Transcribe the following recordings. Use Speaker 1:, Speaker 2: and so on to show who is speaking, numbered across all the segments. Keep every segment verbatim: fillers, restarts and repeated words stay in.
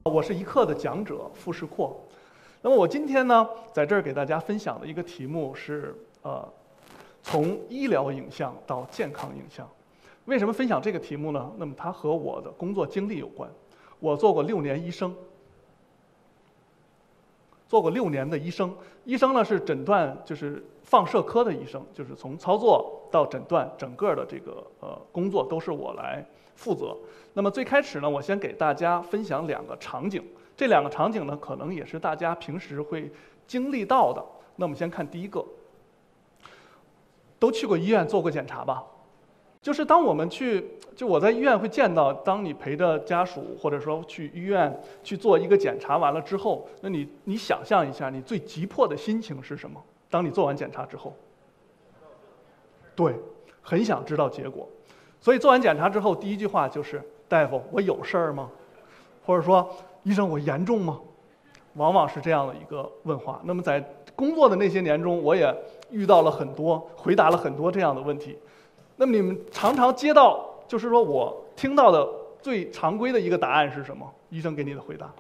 Speaker 1: 我是一课的讲者傅世阔。那么我今天呢，在这儿给大家分享的一个题目是，呃，从医疗影像到健康影像。为什么分享这个题目呢？那么它和我的工作经历有关。我做过六年医生，做过六年的医生。医生呢是诊断，就是放射科的医生，就是从操作到诊断，整个的这个呃工作都是我来负责。那么最开始呢，我先给大家分享两个场景，这两个场景呢，可能也是大家平时会经历到的。那我们先看第一个，都去过医院做过检查吧？就是当我们去，就我在医院会见到，当你陪着家属或者说去医院去做一个检查完了之后，那你你想象一下，你最急迫的心情是什么？当你做完检查之后，对，很想知道结果。所以做完检查之后，第一句话就是大夫，我有事儿吗？或者说医生，我严重吗？往往是这样的一个问话。那么在工作的那些年中，我也遇到了很多，回答了很多这样的问题。那么你们常常接到，就是说我听到的最常规的一个答案是什么？医生给你的回答：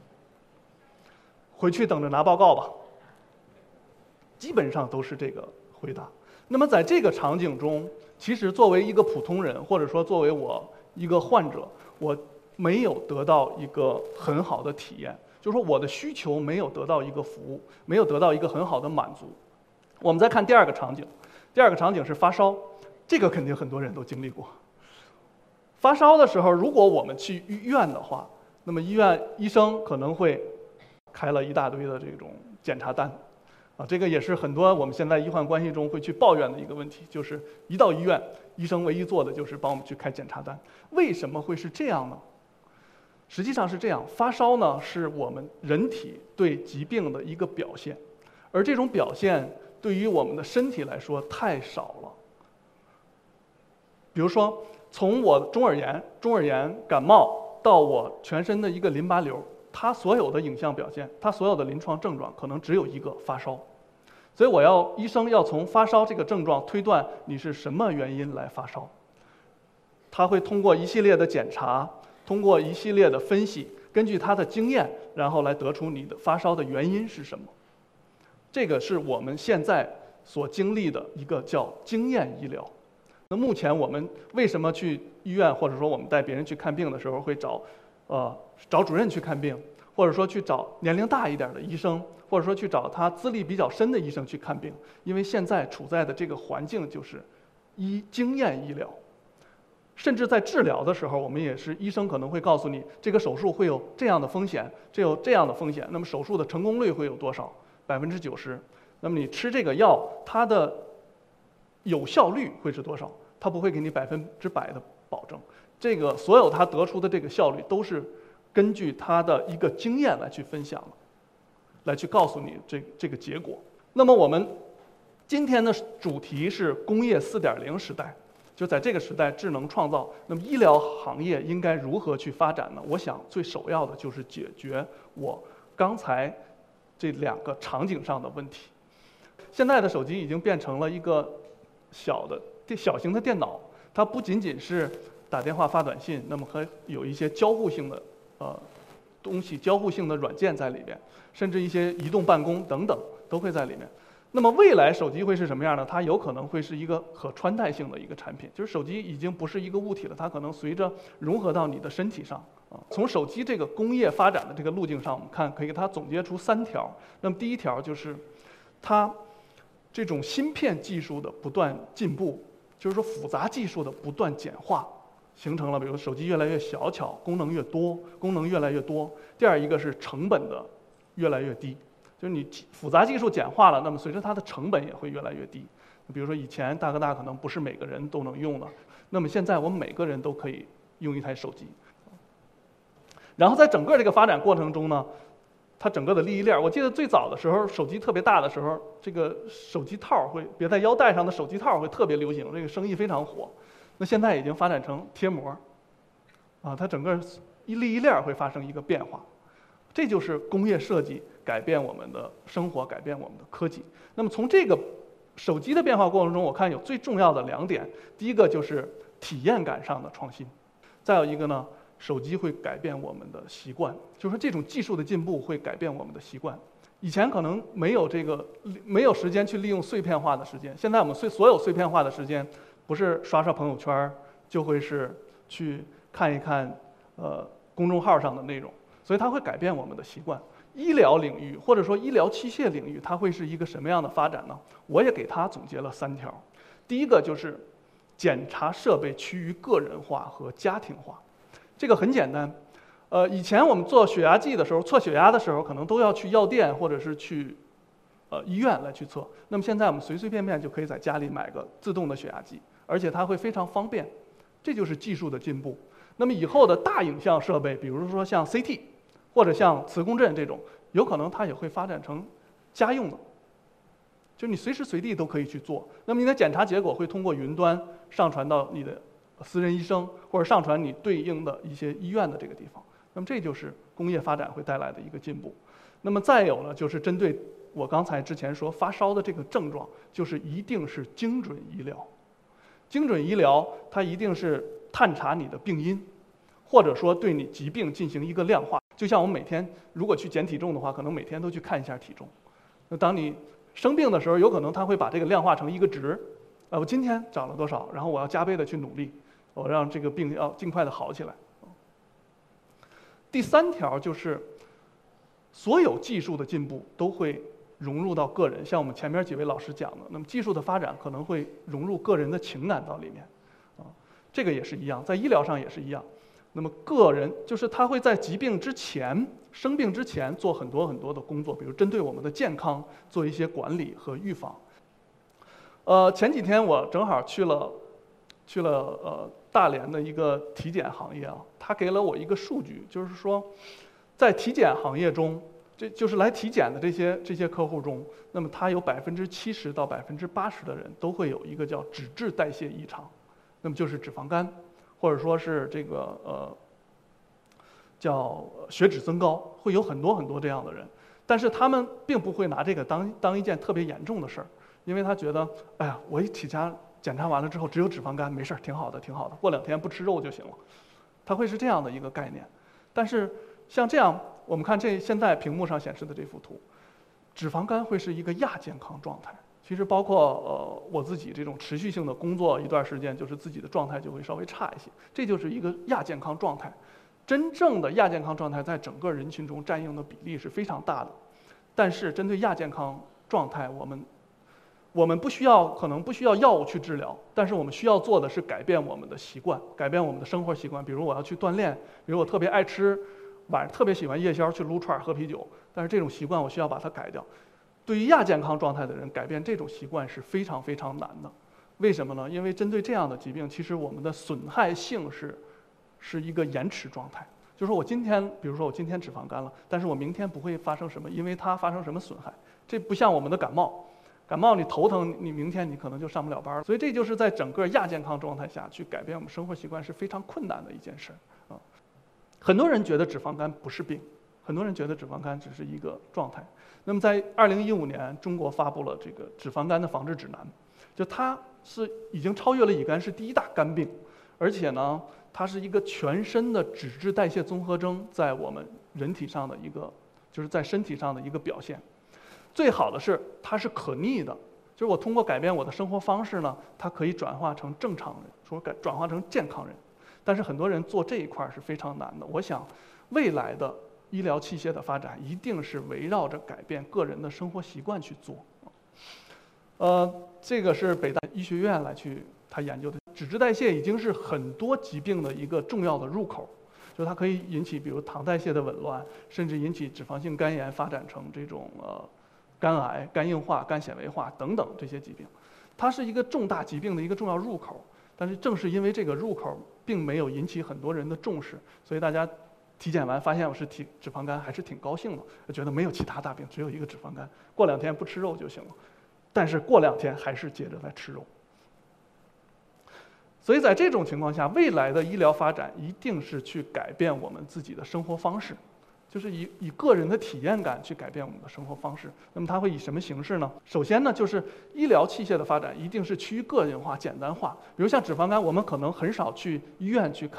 Speaker 1: 回去等着拿报告吧。基本上都是这个回答。那么在这个场景中，其实作为一个普通人，或者说作为我一个患者，我没有得到一个很好的体验，就是说我的需求没有得到一个服务，没有得到一个很好的满足。我们再看第二个场景，第二个场景是发烧，这个肯定很多人都经历过。发烧的时候，如果我们去医院的话，那么医院医生可能会开了一大堆的这种检查单。啊，这个也是很多我们现在医患关系中会去抱怨的一个问题，就是一到医院，医生唯一做的就是帮我们去开检查单。为什么会是这样呢？实际上是这样，发烧呢是我们人体对疾病的一个表现，而这种表现对于我们的身体来说太少了。比如说，从我中耳炎、中耳炎感冒到我全身的一个淋巴瘤，它所有的影像表现，它所有的临床症状可能只有一个发烧，所以我要医生要从发烧这个症状推断你是什么原因来发烧。他会通过一系列的检查，通过一系列的分析，根据他的经验，然后来得出你的发烧的原因是什么。这个是我们现在所经历的一个叫经验医疗。那目前我们为什么去医院，或者说我们带别人去看病的时候会找呃，找主任去看病，或者说去找年龄大一点的医生，或者说去找他资历比较深的医生去看病，因为现在处在的这个环境就是医经验医疗，甚至在治疗的时候，我们也是医生可能会告诉你，这个手术会有这样的风险，这有这样的风险，那么手术的成功率会有多少？百分之九十。那么你吃这个药，它的有效率会是多少？它不会给你百分之百的保证。这个所有他得出的这个效率都是根据他的一个经验来去分享的，来去告诉你这这个结果。那么我们今天的主题是工业 四点零 时代，就在这个时代智能创造，那么医疗行业应该如何去发展呢？我想最首要的就是解决我刚才这两个场景上的问题。现在的手机已经变成了一个小的小型的电脑，它不仅仅是打电话发短信，那么还有一些交互性的呃东西，交互性的软件在里边，甚至一些移动办公等等都会在里面。那么未来手机会是什么样呢？它有可能会是一个可穿戴性的一个产品，就是手机已经不是一个物体了，它可能随着融合到你的身体上啊。从手机这个工业发展的这个路径上，我们看可以给它总结出三条。那么第一条就是它这种芯片技术的不断进步，就是说复杂技术的不断简化。形成了，比如手机越来越小巧，功能越多，功能越来越多。第二一个是成本的越来越低，就是你复杂技术简化了，那么随着它的成本也会越来越低。比如说以前大哥大可能不是每个人都能用的，那么现在我们每个人都可以用一台手机。然后在整个这个发展过程中呢，它整个的利益链，我记得最早的时候，手机特别大的时候，这个手机套会别在腰带上的手机套会特别流行，这个生意非常火。那现在已经发展成贴膜，啊，它整个利益链会发生一个变化，这就是工业设计改变我们的生活，改变我们的科技。那么从这个手机的变化过程中，我看有最重要的两点，第一个就是体验感上的创新，再有一个呢手机会改变我们的习惯，就是说这种技术的进步会改变我们的习惯。以前可能没有这个没有时间去利用碎片化的时间，现在我们碎所有碎片化的时间，不是刷刷朋友圈，就会是去看一看呃公众号上的内容，所以它会改变我们的习惯。医疗领域或者说医疗器械领域，它会是一个什么样的发展呢？我也给它总结了三条。第一个就是检查设备趋于个人化和家庭化，这个很简单。呃，以前我们做血压计的时候，测血压的时候，可能都要去药店或者是去呃医院来去测。那么现在我们随随便便就可以在家里买个自动的血压计，而且它会非常方便，这就是技术的进步。那么以后的大影像设备，比如说像 C T 或者像磁共振这种，有可能它也会发展成家用的，就你随时随地都可以去做。那么你的检查结果会通过云端上传到你的私人医生，或者上传你对应的一些医院的这个地方。那么这就是工业发展会带来的一个进步。那么再有呢，就是针对我刚才之前说发烧的这个症状，就是一定是精准医疗。精准医疗它一定是探查你的病因，或者说对你疾病进行一个量化。就像我们每天如果去减体重的话，可能每天都去看一下体重。那当你生病的时候，有可能它会把这个量化成一个值，啊，我今天长了多少，然后我要加倍的去努力，我让这个病要尽快的好起来。第三条就是，所有技术的进步都会融入到个人，像我们前面几位老师讲的，那么技术的发展可能会融入个人的情感到里面，啊，这个也是一样，在医疗上也是一样。那么个人就是他会在疾病之前、生病之前做很多很多的工作，比如针对我们的健康做一些管理和预防。呃，前几天我正好去了，去了呃大连的一个体检行业啊，他给了我一个数据，就是说，在体检行业中，这就是来体检的这些这些客户中，那么他有百分之七十到百分之八十的人都会有一个叫脂质代谢异常，那么就是脂肪肝，或者说是这个呃叫血脂增高，会有很多很多这样的人，但是他们并不会拿这个当当一件特别严重的事儿。因为他觉得，哎呀，我一体检检查完了之后只有脂肪肝，没事儿，挺好的，挺好的，过两天不吃肉就行了。他会是这样的一个概念。但是像这样，我们看这现在屏幕上显示的这幅图，脂肪肝会是一个亚健康状态。其实包括呃我自己这种持续性的工作一段时间，就是自己的状态就会稍微差一些，这就是一个亚健康状态。真正的亚健康状态在整个人群中占用的比例是非常大的。但是针对亚健康状态，我们我们不需要，可能不需要药物去治疗，但是我们需要做的是改变我们的习惯，改变我们的生活习惯。比如我要去锻炼，比如我特别爱吃，晚特别喜欢夜宵去撸串喝啤酒，但是这种习惯我需要把它改掉。对于亚健康状态的人，改变这种习惯是非常非常难的。为什么呢？因为针对这样的疾病，其实我们的损害性是是一个延迟状态。就是说我今天，比如说我今天脂肪肝了，但是我明天不会发生什么，因为它发生什么损害。这不像我们的感冒。感冒你头疼，你明天你可能就上不了班了，所以这就是在整个亚健康状态下去改变我们生活习惯是非常困难的一件事啊。很多人觉得脂肪肝不是病，很多人觉得脂肪肝只是一个状态。那么在二零一五年，中国发布了这个脂肪肝的防治指南，就它是已经超越了乙肝是第一大肝病，而且呢，它是一个全身的脂质代谢综合征在我们人体上的一个，就是在身体上的一个表现。最好的是它是可逆的，就是我通过改变我的生活方式呢，它可以转化成正常人，说改转化成健康人。但是很多人做这一块是非常难的。我想，未来的医疗器械的发展一定是围绕着改变个人的生活习惯去做。呃，这个是北大医学院来去他研究的，脂质代谢已经是很多疾病的一个重要的入口。就它可以引起，比如糖代谢的紊乱，甚至引起脂肪性肝炎发展成这种呃。肝癌、肝硬化、肝纤维化等等这些疾病，它是一个重大疾病的一个重要入口。但是正是因为这个入口并没有引起很多人的重视，所以大家体检完发现我是体脂肪肝，还是挺高兴的，觉得没有其他大病，只有一个脂肪肝，过两天不吃肉就行了。但是过两天还是接着来吃肉。所以在这种情况下，未来的医疗发展一定是去改变我们自己的生活方式。就是以以个人的体验感去改变我们的生活方式。那么它会以什么形式呢？首先呢，就是医疗器械的发展一定是趋于个人化、简单化。比如像脂肪肝，我们可能很少去医院去看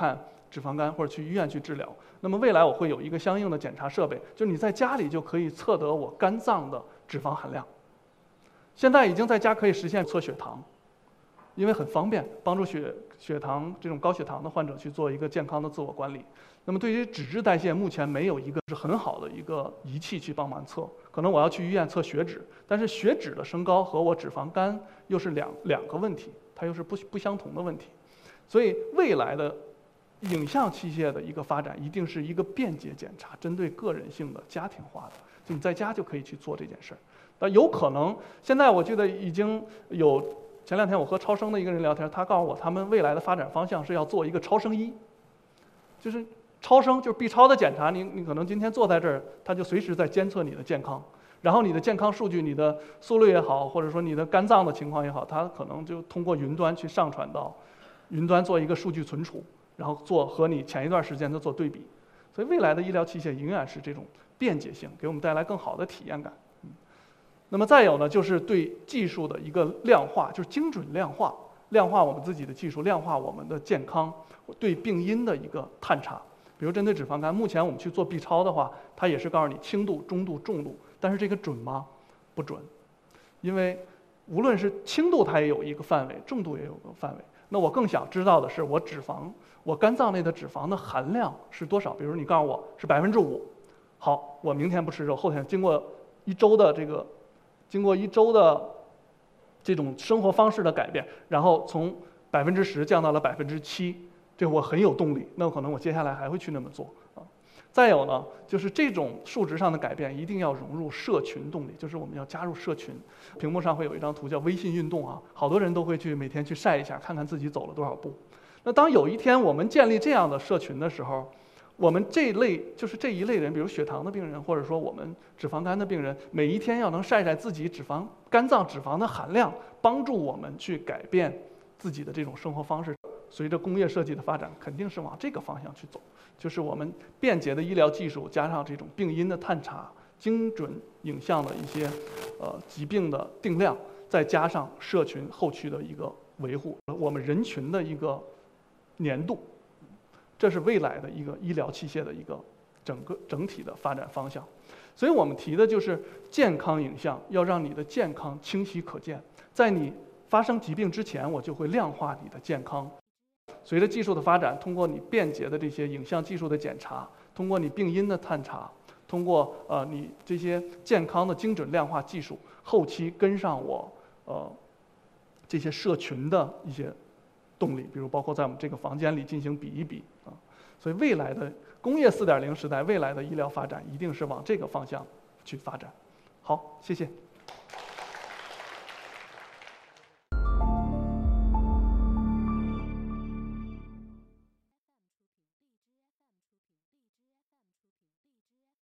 Speaker 1: 脂肪肝或者去医院去治疗。那么未来我会有一个相应的检查设备，就你在家里就可以测得我肝脏的脂肪含量。现在已经在家可以实现测血糖，因为很方便，帮助血血糖这种高血糖的患者去做一个健康的自我管理。那么对于脂质代谢，目前没有一个是很好的一个仪器去帮忙测，可能我要去医院测血脂，但是血脂的升高和我脂肪肝又是两两个问题，它又是不不相同的问题。所以未来的影像器械的一个发展，一定是一个便捷检查，针对个人性的、家庭化的，就你在家就可以去做这件事儿。那有可能，现在我记得已经有，前两天我和超声的一个人聊天，他告诉我，他们未来的发展方向是要做一个超声医，就是超声就是 B 超的检查，你你可能今天坐在这儿，他就随时在监测你的健康，然后你的健康数据、你的速率也好，或者说你的肝脏的情况也好，它可能就通过云端去上传到云端做一个数据存储，然后做和你前一段时间的做对比。所以未来的医疗器械永远是这种便捷性，给我们带来更好的体验感。嗯，那么再有呢，就是对技术的一个量化，就是精准量化，量化我们自己的技术，量化我们的健康，对病因的一个探查。比如针对脂肪肝，目前我们去做 B 超的话，它也是告诉你轻度、中度、重度，但是这个准吗？不准，因为无论是轻度它也有一个范围，重度也有个范围。那我更想知道的是，我脂肪，我肝脏内的脂肪的含量是多少？比如你告诉我是百分之五，好，我明天不吃肉，后天经过一周的这个，经过一周的这种生活方式的改变，然后从百分之十降到了百分之七。这我很有动力，那可能我接下来还会去那么做啊。再有呢，就是这种数值上的改变一定要融入社群动力，就是我们要加入社群。屏幕上会有一张图叫微信运动啊，好多人都会去每天去晒一下，看看自己走了多少步。那当有一天我们建立这样的社群的时候，我们这类就是这一类人，比如血糖的病人，或者说我们脂肪肝的病人，每一天要能晒晒自己脂肪、肝脏脂肪的含量，帮助我们去改变自己的这种生活方式。随着工业设计的发展，肯定是往这个方向去走，就是我们便捷的医疗技术加上这种病因的探查、精准影像的一些呃疾病的定量，再加上社群后续的一个维护，我们人群的一个粘度，这是未来的一个医疗器械的一个整个整体的发展方向。所以我们提的就是健康影像，要让你的健康清晰可见，在你发生疾病之前，我就会量化你的健康。随着技术的发展，通过你便捷的这些影像技术的检查，通过你病因的探查，通过呃你这些健康的精准量化技术，后期跟上我呃这些社群的一些动力，比如包括在我们这个房间里进行比一比啊。所以未来的工业四点零时代，未来的医疗发展一定是往这个方向去发展。好，谢谢。